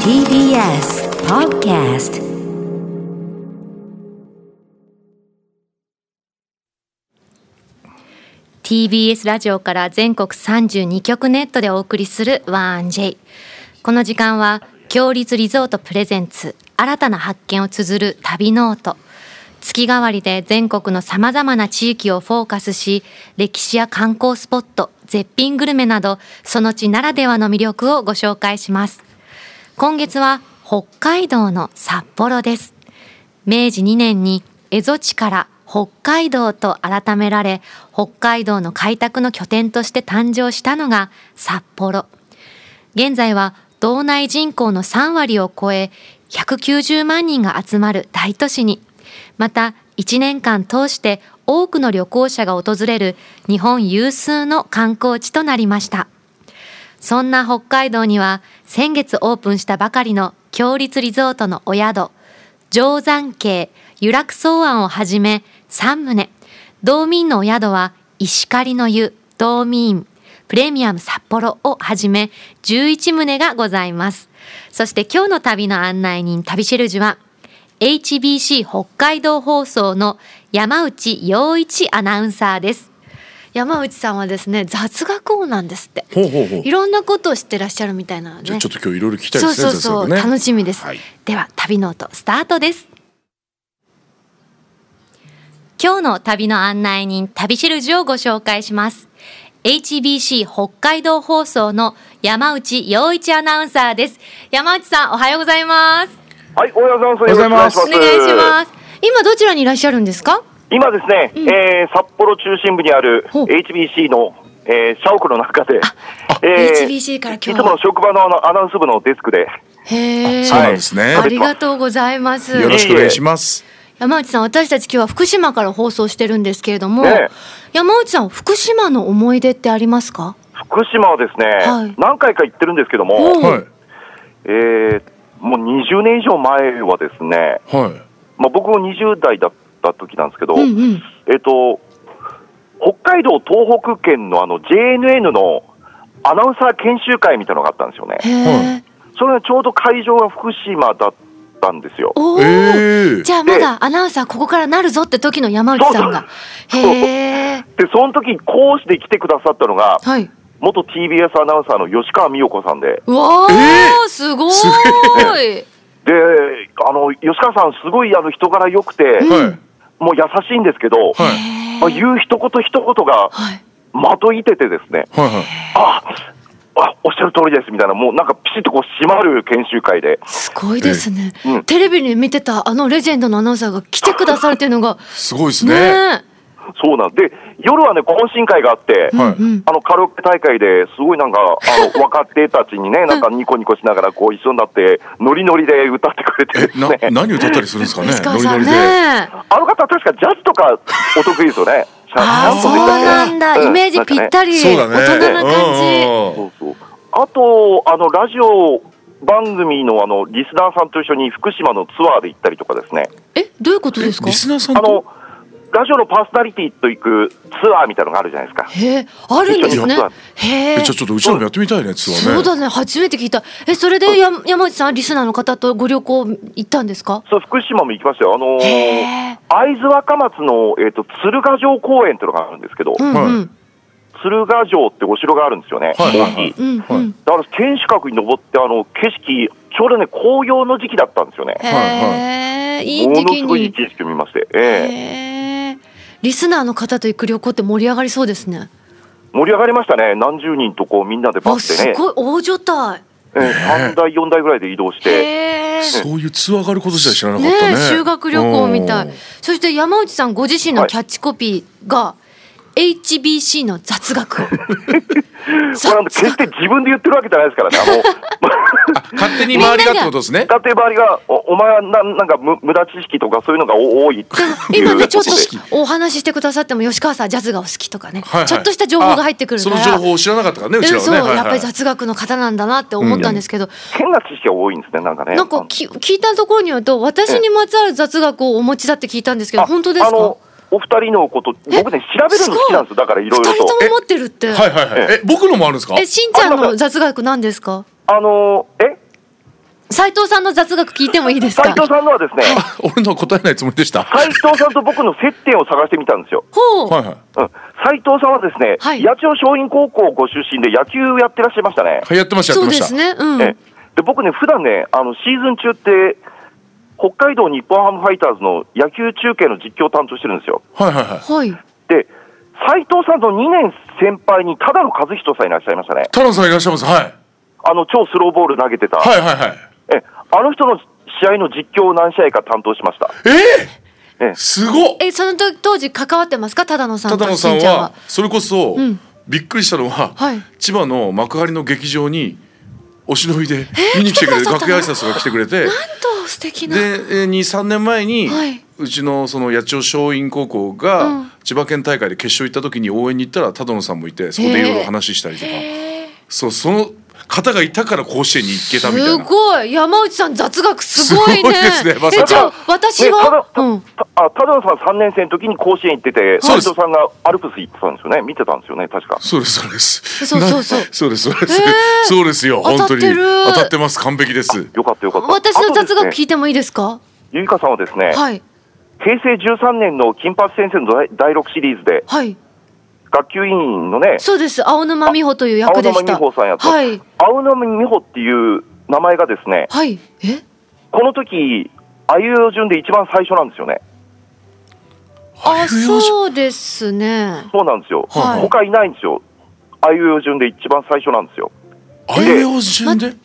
TBS Podcast。TBS ラジオから全国32局ネットでお送りする 1J。 この時間は強立リゾートプレゼンツ新たな発見を綴る旅ノート。月替わりで全国のさまざまな地域をフォーカスし、歴史や観光スポット、絶品グルメなどその地ならではの魅力をご紹介します。今月は北海道の札幌です。明治2年に蝦夷地から北海道と改められ、北海道の開拓の拠点として誕生したのが札幌。現在は道内人口の3割を超え、190万人が集まる大都市に、また1年間通して多くの旅行者が訪れる日本有数の観光地となりました。そんな北海道には先月オープンしたばかりの強立リゾートのお宿、定山渓湯楽草庵をはじめ3棟、道民のお宿は石狩の湯、道民、プレミアム札幌をはじめ11棟がございます。そして今日の旅の案内人、旅シェルジュはHBC 北海道放送の山内陽一アナウンサーです。山内さんはですね、雑学王なんですって。いろんなことを知ってらっしゃるみたいなので、 じゃあちょっと今日いろいろ聞きたいですね。 そう、ね、楽しみです、はい、では旅ノートスタートです。今日の旅の案内人、旅シェルジュをご紹介します。 HBC 北海道放送の山内陽一アナウンサーです。山内さん、おはようございます。 はい、おはようございます。 お願いします。今どちらにいらっしゃるんですか？ 今ですね、札幌中心部にある HBC の、社屋の中で、 HBC から今日いつもの職場のアナウンス部のデスクで。 へー、 そうなんですね。 ありがとうございます。 よろしくお願いします。 山内さん、私たち今日は福島から放送してるんですけれども、山内さん、福島の思い出ってありますか？ 福島はですね、はい、何回か行ってるんですけども、もう20年以上前はですね、僕も20代だった時なんですけど、北海道東北圏のJNN のアナウンサー研修会みたいなのがあったんですよね。それはちょうど会場が福島だったんですよ。 じゃあまだアナウンサーここからなるぞって時の山内さんが。 でその時講師で来てくださったのが、元 TBS アナウンサーの吉川美代子さんで。 うわー、すごい。 で、吉川さんすごい人柄良くて、もう優しいんですけど、言う一言一言が的いててですね、おっしゃる通りですみたいな、もうなんかピシッとこう締まる研修会で。 すごいですね、テレビで見てたレジェンドのアナウンサーが来てくださるっていうのがすごいですね。 そうなんで、夜はね懇親会があって、カラオケ大会ですごいなんか若手たちにねなんかニコニコしながらこう一緒になってノリノリで歌ってくれてですね。 何歌ったりするんですかね。ノリノリで。 あの方は確かジャズとかお得意ですよね。 そうなんだ、イメージぴったり、大人な感じ。 あとラジオ番組のリスナーさんと一緒に福島のツアーで行ったりとかですね。 どういうことですか？ リスナーさんとラジオのパーソナリティと行くツアーみたいなのがあるじゃないですか。 あるんですね。 じゃあちょっとうちらもやってみたいね、ツアーね。 そうだね、初めて聞いた。それで山内さん、リスナーの方とご旅行行ったんですか？ そう、福島も行きましたよ。会津若松の、鶴ヶ城公園というのがあるんですけど、鶴ヶ城ってお城があるんですよね。大きい。だから天守閣に登って景色、ちょうどね紅葉の時期だったんですよね。 いい時期に。 ものすごいいい景色を見まして。 リスナーの方と行く旅行って盛り上がりそうですね。 盛り上がりましたね。何十人とこうみんなでバスでね。 すごい大所帯。 3台4台ぐらいで移動して。 そういうツアーがあること自体知らなかったね。 修学旅行みたい。そして山内さんご自身のキャッチコピーが、HBC の雑学を。 決して自分で言ってるわけじゃないですからね。 勝手に周りがってことですね。 勝手に周りがお前はなんか無駄知識とかそういうのが多いっていう。 今ねちょっとお話ししてくださっても、吉川さんジャズがお好きとかね、ちょっとした情報が入ってくるから、 その情報を知らなかったからね、うちらはね。 やっぱり雑学の方なんだなって思ったんですけど、 変な知識が多いんですね。なんかね、 聞いたところによると、私にまつわる雑学をお持ちだって聞いたんですけど、本当ですか？ お二人のこと僕ね調べるの好きなんですよ。だからいろいろと。 二人とも持ってるって。 僕のもあるんですか？ しんちゃんの雑学なんですか？ 斉藤さんの雑学聞いてもいいですか？ 斉藤さんのはですね、 俺のは答えないつもりでした。 斉藤さんと僕の接点を探してみたんですよ。 ほう。 はいはい。 斉藤さんはですね、 はい八千代松陰高校ご出身で野球やってらっしゃいましたね。 はい、やってましたやってました。 そうですね。 で僕ね、普段ね、シーズン中って北海道日本ハムファイターズの野球中継の実況を担当してるんですよ。 はいはいはい。 はい。 で、斉藤さんの2年先輩に多田野和人さんいらっしゃいましたね。 田野さんいらっしゃいます。はい。 超スローボール投げてた。 はいはいはい。 あの人の試合の実況を何試合か担当しました。 すごっ。 その当時関わってますか、多田野さんと？ 多田野さんはそれこそ、びっくりしたのは、 はい、 千葉の幕張の劇場にお忍びで見に来てくれて、楽屋挨拶が来てくれて、 なんと素敵な。 で2、3年前に、 はい、 うちのその八千代松陰高校が千葉県大会で決勝行った時に応援に行ったら多田野さんもいて、そこでいろいろ話したりとか、その方がいたから甲子園に行けたみたいな。 すごい、山内さん雑学すごいね。 すごいですね。まさか。 じゃあ私は、 多田野さん3年生の時に甲子園行ってて、斉藤さんがアルプス行ってたんですよね。見てたんですよね、確か。 そうですそうです。 そうそうですそうですよ。本当に当たってます。完璧です。 よかったよかった。 私の雑学聞いてもいいですか？ ゆいかさんはですね、 はい、 平成13年の金八先生の第6シリーズで、 はい、 学級委員のね、 そうです、青沼美穂という役でした。 青沼美穂さんやった、 はい、 青沼美穂っていう名前がですね、 はい、 この時あいうえお順で一番最初なんですよね。 そうですね。 そうなんですよ、 はい、 他いないんですよ。あいうえお順で一番最初なんですよ。 あいうえお順で、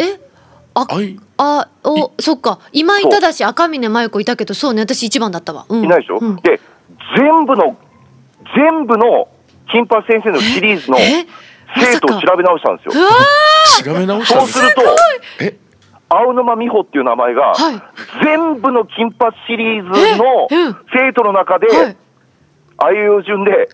そっか、今井正、赤嶺真由子いたけど、そうね、私一番だったわ。 いないでしょ、で全部の金八先生のシリーズの生徒を調べ直したんですよ。 調べ直したんです。 そうすると青沼美穂っていう名前が、全部の金八シリーズの生徒の中で、あいうえお順で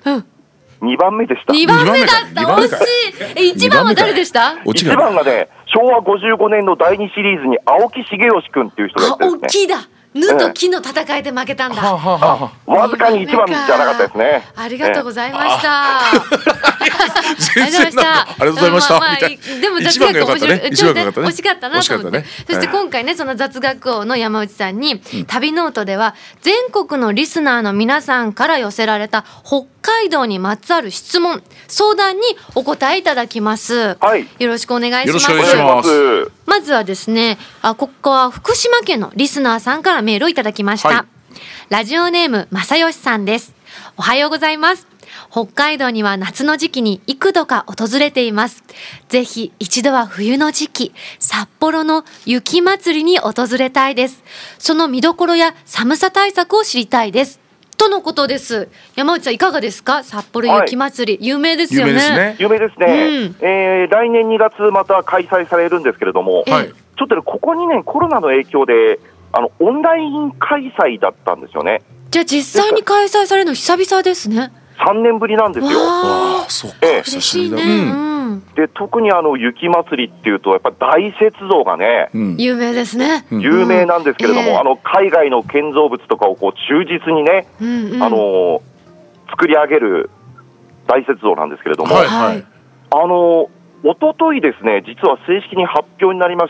2番目でした。 2番目だった。惜しい。1番は誰でした？ 1 番がね、昭和55年の第2シリーズに青木茂義君っていう人がいてですね。 青木だ。ぬと木の戦いで負けたんだ。 わずかに1番じゃなかったですね。 ありがとうございました。 全然ありがとうございました。 でも雑学面白い。惜しかったなと思って。そして今回ね、その雑学王の山内さんに、旅ノートでは全国のリスナーの皆さんから寄せられた北海道にまつわる質問、相談にお答えいただきます。 はい。 よろしくお願いします。 よろしくお願いします。 まずはですね、ここは福島県のリスナーさんからメールをいただきました。ラジオネーム正義さんです。おはようございます。北海道には夏の時期に幾度か訪れています。ぜひ一度は冬の時期、札幌の雪まつりに訪れたいです。その見どころや寒さ対策を知りたいです。とのことです。山内さんいかがですか？札幌雪まつり、有名ですよね。 有名ですね。来年2月また開催されるんですけれども、ちょっとね、ここ2年コロナの影響でオンライン開催だったんですよね。 じゃあ実際に開催されるの久々ですね。 3年ぶりなんですよ。 そうか、 嬉しいね。 で特に雪まつりっていうとやっぱ大雪像がね、 有名ですね。 有名なんですけれども、海外の建造物とかをこう忠実にね、作り上げる大雪像なんですけれども、一昨日ですね、実は正式に発表になりまして、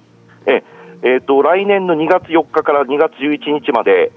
来年の2月4日から2月11日まで、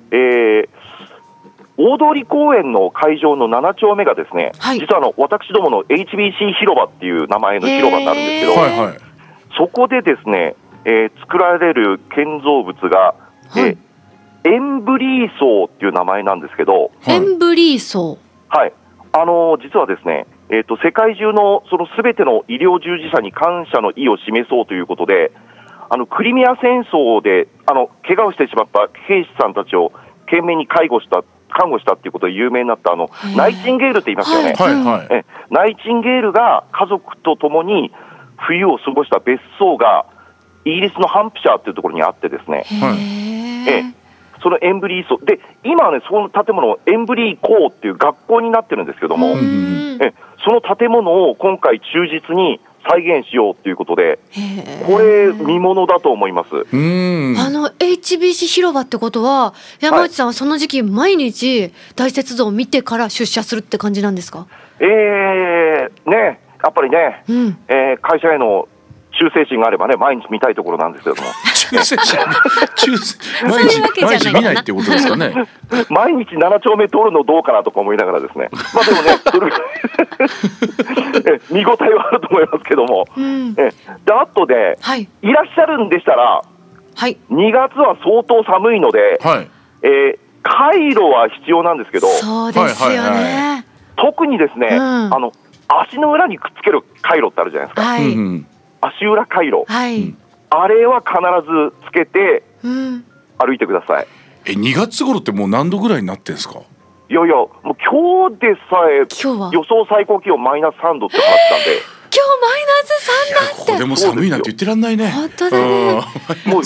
大通公園の会場の7丁目がですね、実は私どもの HBC 広場っていう名前の広場になるんですけど、そこでですね、作られる建造物が、エンブリー層っていう名前なんですけど、 エンブリー層、 実はですね、世界中のその全ての医療従事者に感謝の意を示そうということで、クリミア戦争で怪我をしてしまった兵士さんたちを懸命に看護したっていうことで有名になったナイチンゲールって言いますよね。ナイチンゲールが家族と共に冬を過ごした別荘がイギリスのハンプシャーっていうところにあってですね、そのエンブリー層で今はね、その建物エンブリー校っていう学校になってるんですけども、その建物を今回忠実に再現しようということで、これ見ものだと思います。 HBC 広場ってことは山内さんはその時期毎日大雪像を見てから出社するって感じなんですか？ ね、やっぱりね、会社への忠誠心があればね、毎日見たいところなんですけども。 忠誠心毎日見ないってことですかね。 毎日7丁目通るのどうかなとか思いながらですね。まあでもね、それ見応えはあると思いますけども。で、あとで、はい、いらっしゃるんでしたら、はい、2月は相当寒いので、はい、カイロは必要なんですけど、 そうですよね。はいはいはい、 特にですね、足の裏にくっつけるカイロってあるじゃないですか。はい、足裏カイロ、はい、あれは必ずつけて歩いてください。 2月頃ってもう何度ぐらいになってんですか？ いやいや、もう今日でさえ予想最高気温マイナス3度って話したんで。 今日マイナス3だって。 ここでも寒いなんて言ってらんないね。 本当だね。 もう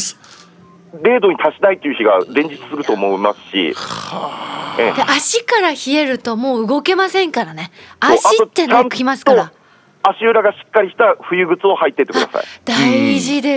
0度に達しないっていう日が連日すると思いますし、 で足から冷えるともう動けませんからね。足ってねきますから。 足裏がしっかりした冬靴を履いてってください。 大事です。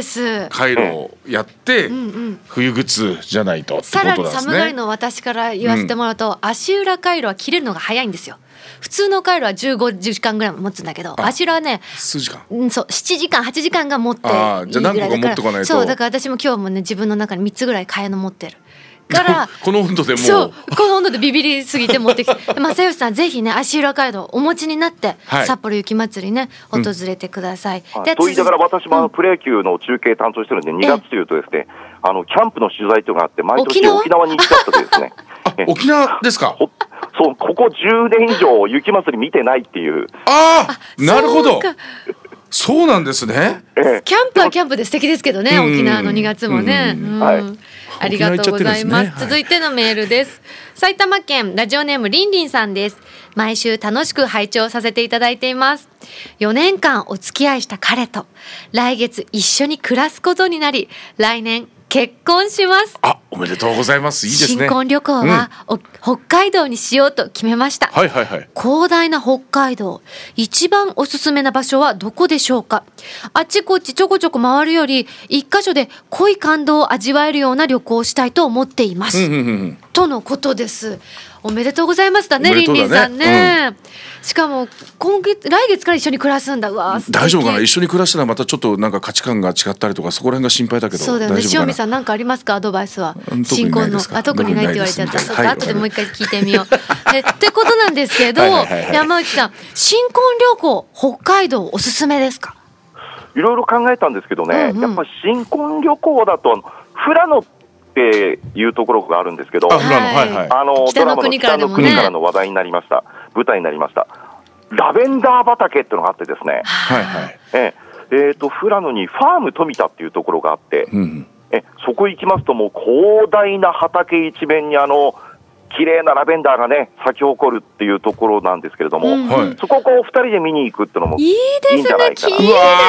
カイロをやって、冬靴じゃないとってことなんですね。 さらに寒がりの私から言わせてもらうと、足裏カイロは切れるのが早いんですよ。普通のカイロは15時間ぐらい持つんだけど、足裏はね、 数時間、 そう7時間8時間が持っていいぐらいだから。 じゃあ何個か持っとかないと。 そうだから私も今日もね自分の中に3つぐらい替えの持ってる。からこの温度でもそうこの温度でビビりすぎて持ってきて正義さんぜひね足裏カイロお持ちになって、はい、札幌雪まつりね訪れてください。 と言いながら私もプロ野球の中継担当してるんで、2月というとですね、キャンプの取材というのがあって毎年沖縄に行っちゃったとですね沖縄ですか？ そう、ここ10年以上雪まつり見てないっていう。 なるほど。そうなんですね。 キャンプはキャンプで素敵ですけどね、沖縄の2月もね。ありがとうございます。続いてのメールです。埼玉県ラジオネームりんりんさんです。毎週楽しく拝聴させていただいています。4年間お付き合いした彼と来月一緒に暮らすことになり、来年結婚します。 おめでとうございます。いいですね。 新婚旅行は、北海道にしようと決めました。 はいはいはい。 広大な北海道、一番おすすめな場所はどこでしょうか？あっちこっちちょこちょこ回るより一箇所で濃い感動を味わえるような旅行をしたいと思っています、とのことです。おめでとうございますだね、りんりんさんね。しかも来月から一緒に暮らすんだ。うわ大丈夫かな。一緒に暮らしたらまたちょっとなんか価値観が違ったりとかそこら辺が心配だけど。 そうだよね。塩見さん何かありますか？アドバイスは。新婚の特にないって言われちゃった。そうか、後でもう一回聞いてみよう。ってことなんですけど、山内さん新婚旅行北海道おすすめですか？ いろいろ考えたんですけどね、やっぱり新婚旅行だと富良野っていうところがあるんですけど、ドラマの北の国からの話題になりました、舞台になりましたラベンダー畑っていうのがあってですね、富良野にファーム富田っていうところがあって、そこ行きますともう広大な畑一面に綺麗なラベンダーがね咲き誇るっていうところなんですけれども、そこを2人で見に行くっていうのもいいんじゃないかな。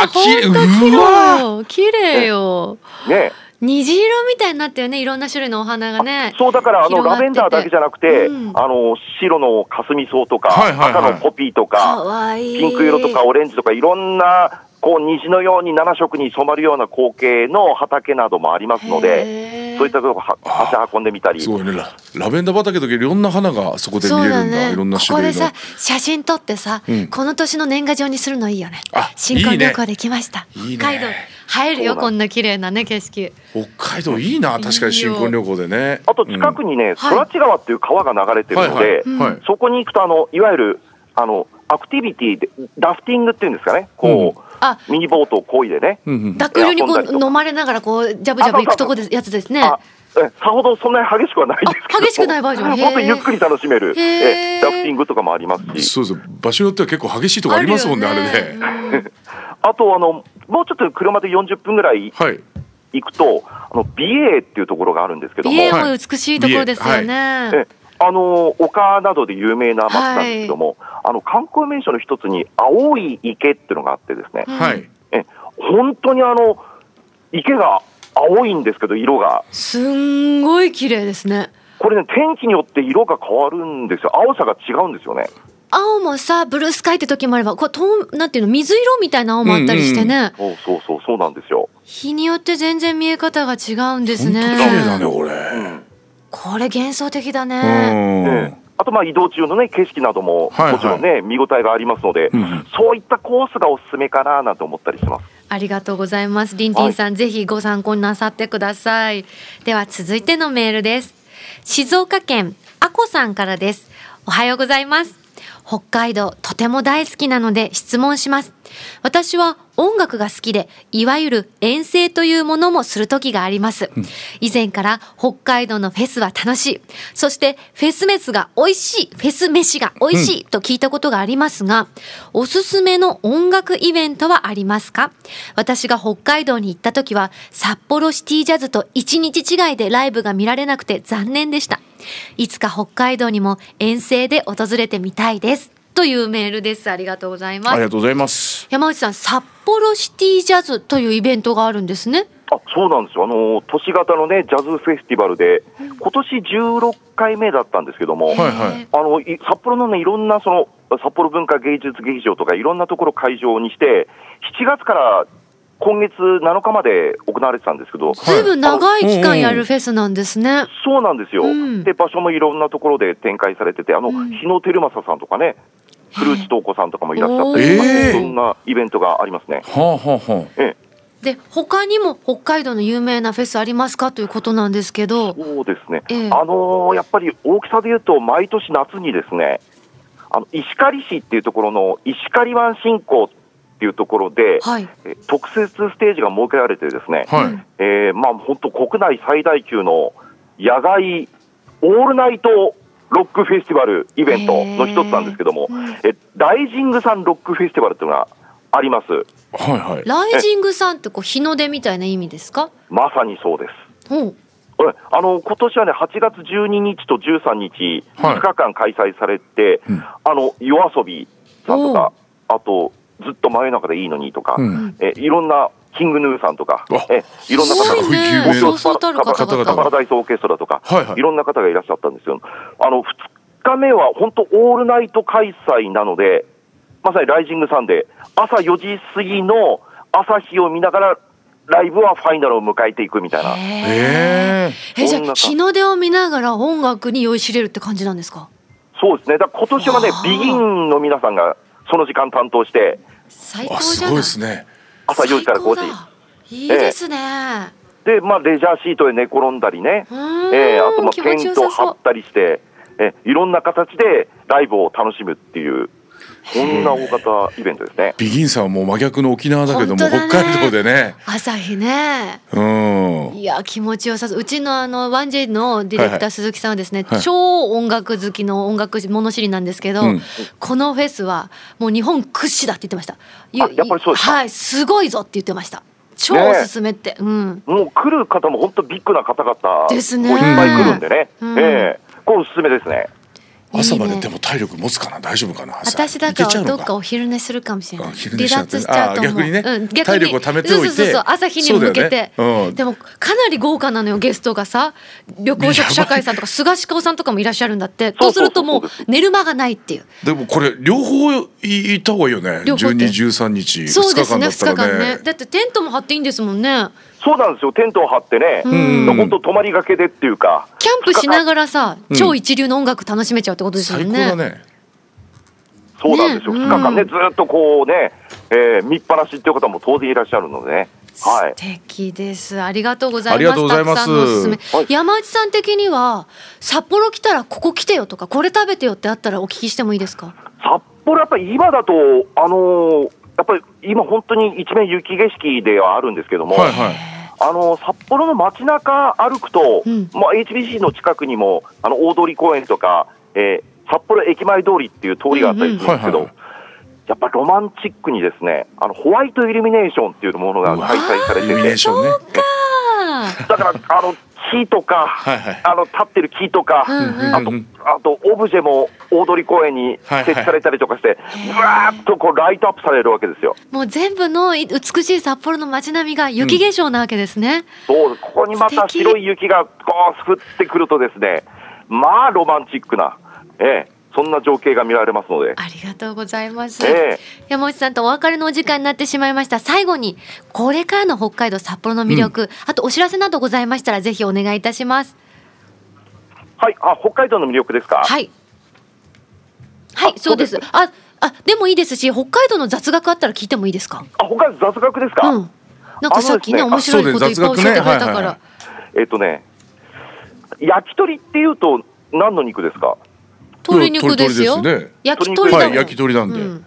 綺麗よね。虹色みたいになってるね、いろんな種類のお花がね。 そうだからラベンダーだけじゃなくて、白のカスミソウとか、赤のポピーとか、ピンク色とかオレンジとかいろんなこう虹のように7色に染まるような光景の畑などもありますので、そういったところ足運んでみたり。 すごいね、ラベンダー畑だけいろんな花がそこで見れるんだ。いろんな種類の。ここでさ写真撮ってさ、この年の年賀状にするのいいよね。新婚旅行できました。北海道映えるよ、こんな綺麗なね景色。 北海道いいな、確かに新婚旅行でね。 あと近くにね、空知川っていう川が流れてるので、そこに行くといわゆるアクティビティでラフティングっていうんですかね、こうミニボートを漕いでね、 濁流にこう飲まれながらこうジャブジャブ行くとこでやつですね。 さほどそんなに激しくはないですけど、 激しくないバージョン、 本当にゆっくり楽しめるラフティングとかもありますし。 そうです、場所によっては結構激しいとこありますもんね、あれね。 あともうちょっと車で40分ぐらい行くと、美瑛っていうところがあるんですけども、 美瑛も美しいところですよね。 丘などで有名な町なんですけども、観光名所の一つに青い池っていうのがあってですね、本当に池が青いんですけど、色がすんごい綺麗ですね。 これね、天気によって色が変わるんですよ。青さが違うんですよね。 青もさ、ブルースカイって時もあれば、こうなんていうの、水色みたいな青もあったりしてね。 そうなんですよ。 日によって全然見え方が違うんですね。 本当綺麗だね、これ。 これ幻想的だね。 あと移動中のね景色などももちろんね見応えがありますので、そういったコースがおすすめかななんて思ったりします。 ありがとうございます。リンティンさん、ぜひご参考になさってください。では続いてのメールです。静岡県あこさんからです。おはようございます。北海道とても大好きなので質問します。私は音楽が好きで、いわゆる遠征というものもする時があります。以前から北海道のフェスは楽しい、そしてフェス飯が美味しい、フェス飯が美味しいと聞いたことがありますが、おすすめの音楽イベントはありますか？私が北海道に行った時は札幌シティジャズと1日違いでライブが見られなくて残念でした。いつか北海道にも遠征で訪れてみたいですというメールです。ありがとうございます。 ありがとうございます。 山内さん、札幌シティジャズというイベントがあるんですね。 そうなんですよ。都市型のねジャズフェスティバルで、今年16回目だったんですけども、札幌のねいろんなその札幌文化芸術劇場とかいろんなところ会場にして、7月から今月7日まで行われてたんですけど、 ずいぶん長い期間やるフェスなんですね。 そうなんですよ、で場所もいろんなところで展開されてて、日野照正さんとかね、古内東子さんとかもいらっしゃったりとか、そんなイベントがありますね。 で他にも北海道の有名なフェスありますかということなんですけど。 そうですね、やっぱり大きさでいうと毎年夏にですね、石狩市っていうところの石狩湾振興っていうところで、特設ステージが設けられてですね、本当国内最大級の野外オールナイトロックフェスティバルイベントの一つなんですけども、ライジングサンロックフェスティバルっていうのがあります。 ライジングサンって日の出みたいな意味ですか？ まさにそうです。今年はね8月12日と13日2日間開催されて、夜遊びさんとか、あとずっと真夜中でいいのにとか、いろんなキングヌーさんとか、いろんな方が、パラダイスオーケストラとか、いろんな方がいらっしゃったんですよ。2日目は本当オールナイト開催なので、まさにライジングサンで朝4時過ぎの朝日を見ながらライブはファイナルを迎えていくみたいな。 じゃあ日の出を見ながら音楽に酔いしれるって感じなんですか？ そうですね。だから今年はねビギンの皆さんがその時間担当して、 最高じゃない。 すごいですね。 朝4時から5時。 いいですね。 で、レジャーシートで寝転んだりね、あとテントを張ったりして、いろんな形でライブを楽しむっていう、そんな大型イベントですね。 ビギンさんはもう真逆の沖縄だけども、北海道でね。 朝日ね。いや気持ちよさそう。うちの1J のディレクター鈴木さんはですね、超音楽好きの音楽物知りなんですけど、このフェスはもう日本屈指だって言ってました。 やっぱりそうですか。 すごいぞって言ってました。超おすすめって、もう来る方も本当ビッグな方々 ですね。 いっぱい来るんでね、これおすすめですね。 朝まででも体力持つかな、大丈夫かな。 私だからどっかお昼寝するかもしれない。離脱しちゃうと思う。 逆にね、体力を貯めておいて、 朝日に向けて、でもかなり豪華なのよ。ゲストがさ、緑黄色社会さんとか菅氏顔さんとかもいらっしゃるんだって。そうするともう寝る間がないっていう。 でもこれ両方行った方がいいよね。12、13日2日間だったらね。 だってテントも張っていいんですもんね。 そうなんですよ。テントを張ってね、本当泊まりがけでっていうか、 キャンプしながらさ、超一流の音楽楽しめちゃうってことですよね。 最高だね。 そうなんですよ。2日間ね、ずっとこうね、見っぱなしっていう方も当然いらっしゃるのでね。 素敵です。ありがとうございます。たくさんのおすすめ。山内さん的には札幌来たらここ来てよとかこれ食べてよってあったらお聞きしてもいいですか？ 札幌やっぱり今だとやっぱり今本当に一面雪景色ではあるんですけども、札幌の街中歩くと、HBC の近くにも大通公園とか、札幌駅前通りっていう通りがあったりするんですけど、やっぱロマンチックにですね、ホワイトイルミネーションっていうものが開催されてて、だから木とか、立ってる木とか、あとオブジェも大通公園に設置されたりとかして、ぶわーっとこうライトアップされるわけですよ。 もう全部の美しい札幌の街並みが雪化粧なわけですね。 そう、ここにまた白い雪がこう降ってくるとですね、ロマンチックな、そんな情景が見られますので。 ありがとうございます。山内さんとお別れのお時間になってしまいました。最後にこれからの北海道札幌の魅力、あとお知らせなどございましたらぜひお願いいたします。 はい、北海道の魅力ですか？ はい、そうです。 でもいいですし、北海道の雑学あったら聞いてもいいですか？ 北海道雑学ですか？ なんかさっきね、面白いこといっぱい教えてくれたから。 焼き鳥っていうと何の肉ですか？ 鶏肉ですよ。焼き鳥だもん。 焼き鳥なんで。 例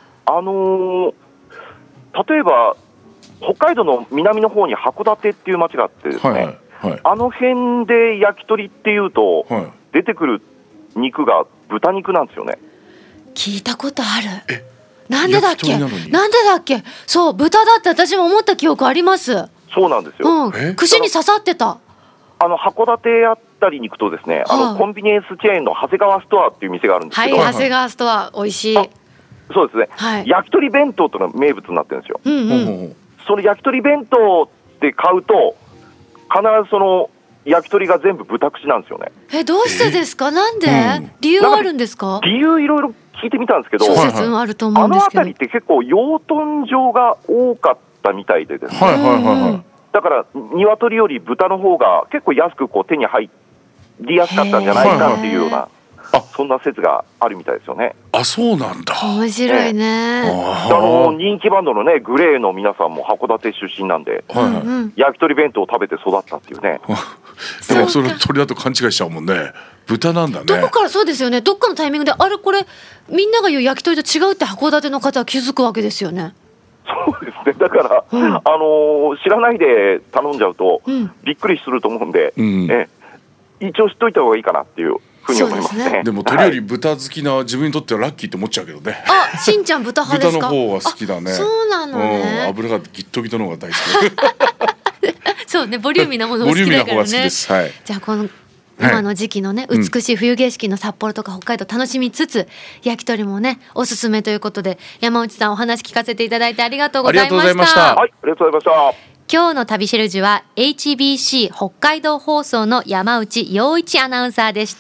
えば北海道の南の方に函館っていう町があってですね、あの辺で焼き鳥っていうと、出てくる肉が豚肉なんですよね。 聞いたことある。なんでだっけ？そう、豚だって私も思った記憶あります。 そうなんですよ。 串に刺さってた。 函館あたりに行くとですね、コンビニエンスチェーンの長谷川ストアっていう店があるんですけど、 長谷川ストア美味しい。 そうですね、焼き鳥弁当というのが名物になってるんですよ。その焼き鳥弁当って買うと必ずその焼き鳥が全部豚串なんですよね。 どうしてですか？なんで？理由あるんですか？ 理由いろいろ聞いてみたんですけど、 諸説あると思うんですけど、 辺りって結構養豚場が多かったみたいでですね、だから鶏より豚の方が結構安く手に入りやすかったんじゃないかっていうような、そんな説があるみたいですよね。 そうなんだ。 面白いね。 人気バンドのね、グレーの皆さんも函館出身なんで、焼き鳥弁当を食べて育ったっていうね。 でもそれ鳥だと勘違いしちゃうもんね。豚なんだね。 どこから、そうですよね。どっかのタイミングでこれみんなが言う焼き鳥と違うって函館の方は気づくわけですよね。 そうですね。だから、知らないで頼んじゃうと、びっくりすると思うんで、一応知っといた方がいいかなっていうふうに思いますね。 でも鳥より豚好きな自分にとってはラッキーって思っちゃうけどね。 しんちゃん豚派ですか？ 豚の方が好きだね。 そうなのね。 油がギットギトの方が大好き。 そうね、ボリューミーなものが好きだからね。じゃあこの今の時期のね、美しい冬景色の札幌とか北海道楽しみつつ、焼き鳥もねおすすめということで、山内さんお話聞かせていただいてありがとうございました。 はい、ありがとうございました。 今日の旅シェルジュは HBC 北海道放送の山内陽一アナウンサーでした。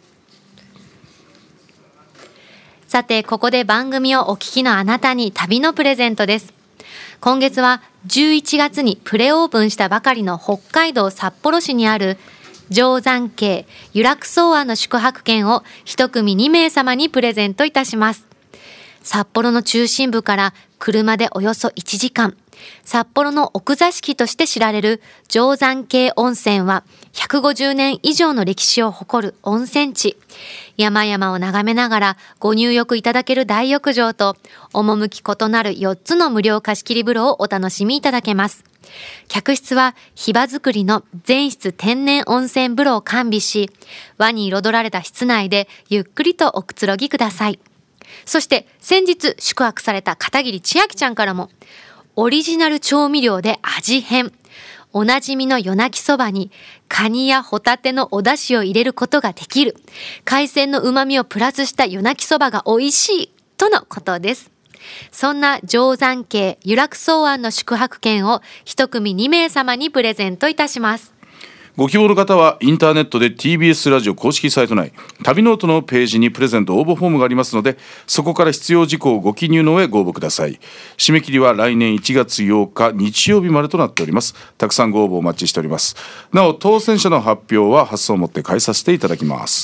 さて、ここで番組をお聞きのあなたに旅のプレゼントです。今月は11月にプレオープンしたばかりの北海道札幌市にある定山渓湯楽草庵の宿泊券を一組2名様にプレゼントいたします。札幌の中心部から車でおよそ1時間、札幌の奥座敷として知られる定山渓温泉は150年以上の歴史を誇る温泉地。山々を眺めながらご入浴いただける大浴場と、趣異なる4つの無料貸切風呂をお楽しみいただけます。客室はヒバ作りの全室天然温泉風呂を完備し、和に彩られた室内でゆっくりとおくつろぎください。そして先日宿泊された片桐千秋ちゃんからも、オリジナル調味料で味変。おなじみの夜泣きそばにカニやホタテのお出汁を入れることができる。海鮮の旨味をプラスした夜泣きそばが美味しいとのことです。そんな定山渓湯楽草庵の宿泊券を一組2名様にプレゼントいたします。 ご希望の方はインターネットで TBS ラジオ公式サイト内旅ノートのページにプレゼント応募フォームがありますので、そこから必要事項をご記入の上ご応募ください。締め切りは来年1月8日日曜日までとなっております。たくさんご応募お待ちしております。なお当選者の発表は発送をもって返させていただきます。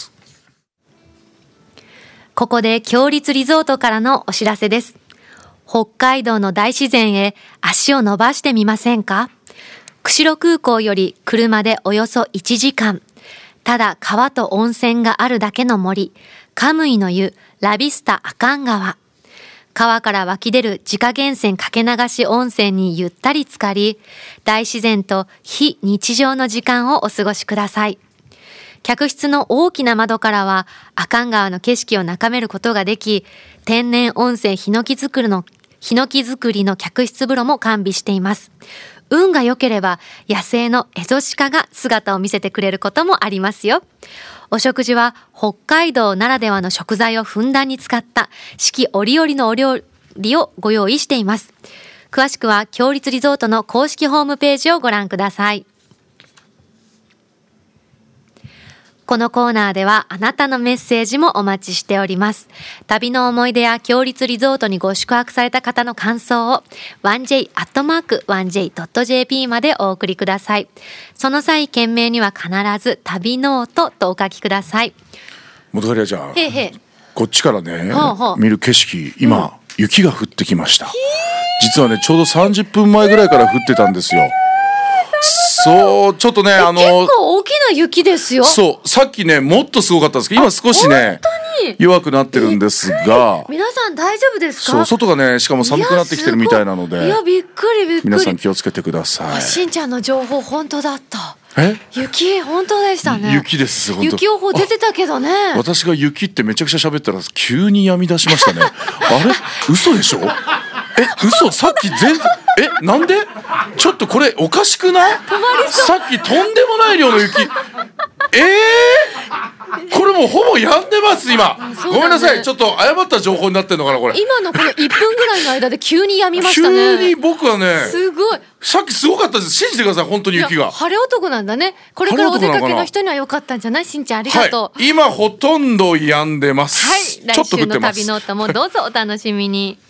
ここで強立リゾートからのお知らせです。北海道の大自然へ足を伸ばしてみませんか？釧路空港より車でおよそ1時間。ただ川と温泉があるだけの森、カムイの湯、ラビスタ阿寒川。川から湧き出る自家源泉かけ流し温泉にゆったり浸かり、大自然と非日常の時間をお過ごしください。客室の大きな窓からは阿寒川の景色を眺めることができ、天然温泉ヒノキ作りの客室風呂も完備しています。運が良ければ野生のエゾシカが姿を見せてくれることもありますよ。お食事は北海道ならではの食材をふんだんに使った四季折々のお料理をご用意しています。詳しくは強立リゾートの公式ホームページをご覧ください。このコーナーではあなたのメッセージもお待ちしております。旅の思い出や強立リゾートにご宿泊された方の感想を 1j@1j.jp までお送りください。その際件名には必ず旅ノートとお書きください。 元カレちゃん、 こっちからね、見る景色、今、雪が降ってきました。実はね、ちょうど30分前ぐらいから降ってたんですよ。そう、ちょっとね、 結構大きな雪ですよ。 そう、さっきね、もっとすごかったんですけど、今少しね、弱くなってるんですが。 皆さん大丈夫ですか？ そう、外がね、しかも寒くなってきてるみたいなので。 いや、びっくりびっくり。 皆さん気をつけてください。 しんちゃんの情報、本当だった。雪、本当でしたね。 雪です。本当。 雪予報出てたけどね。 私が雪ってめちゃくちゃ喋ったら、急に止み出しましたね。あれ、嘘でしょ？嘘、さっきなんで？ちょっとこれおかしくない？さっきとんでもない量の雪。これもうほぼやんでます今。ごめんなさい、ちょっと誤った情報になってんのかなこれ。 今のこの1分ぐらいの間で急に止みましたね。 急に僕はね、 すごい。 さっきすごかったです。信じてください、本当に雪が。 晴れ男なんだね。これからお出かけの人には良かったんじゃない？しんちゃんありがとう。 今ほとんど止んでます。 はい、来週の旅ノートもどうぞお楽しみに。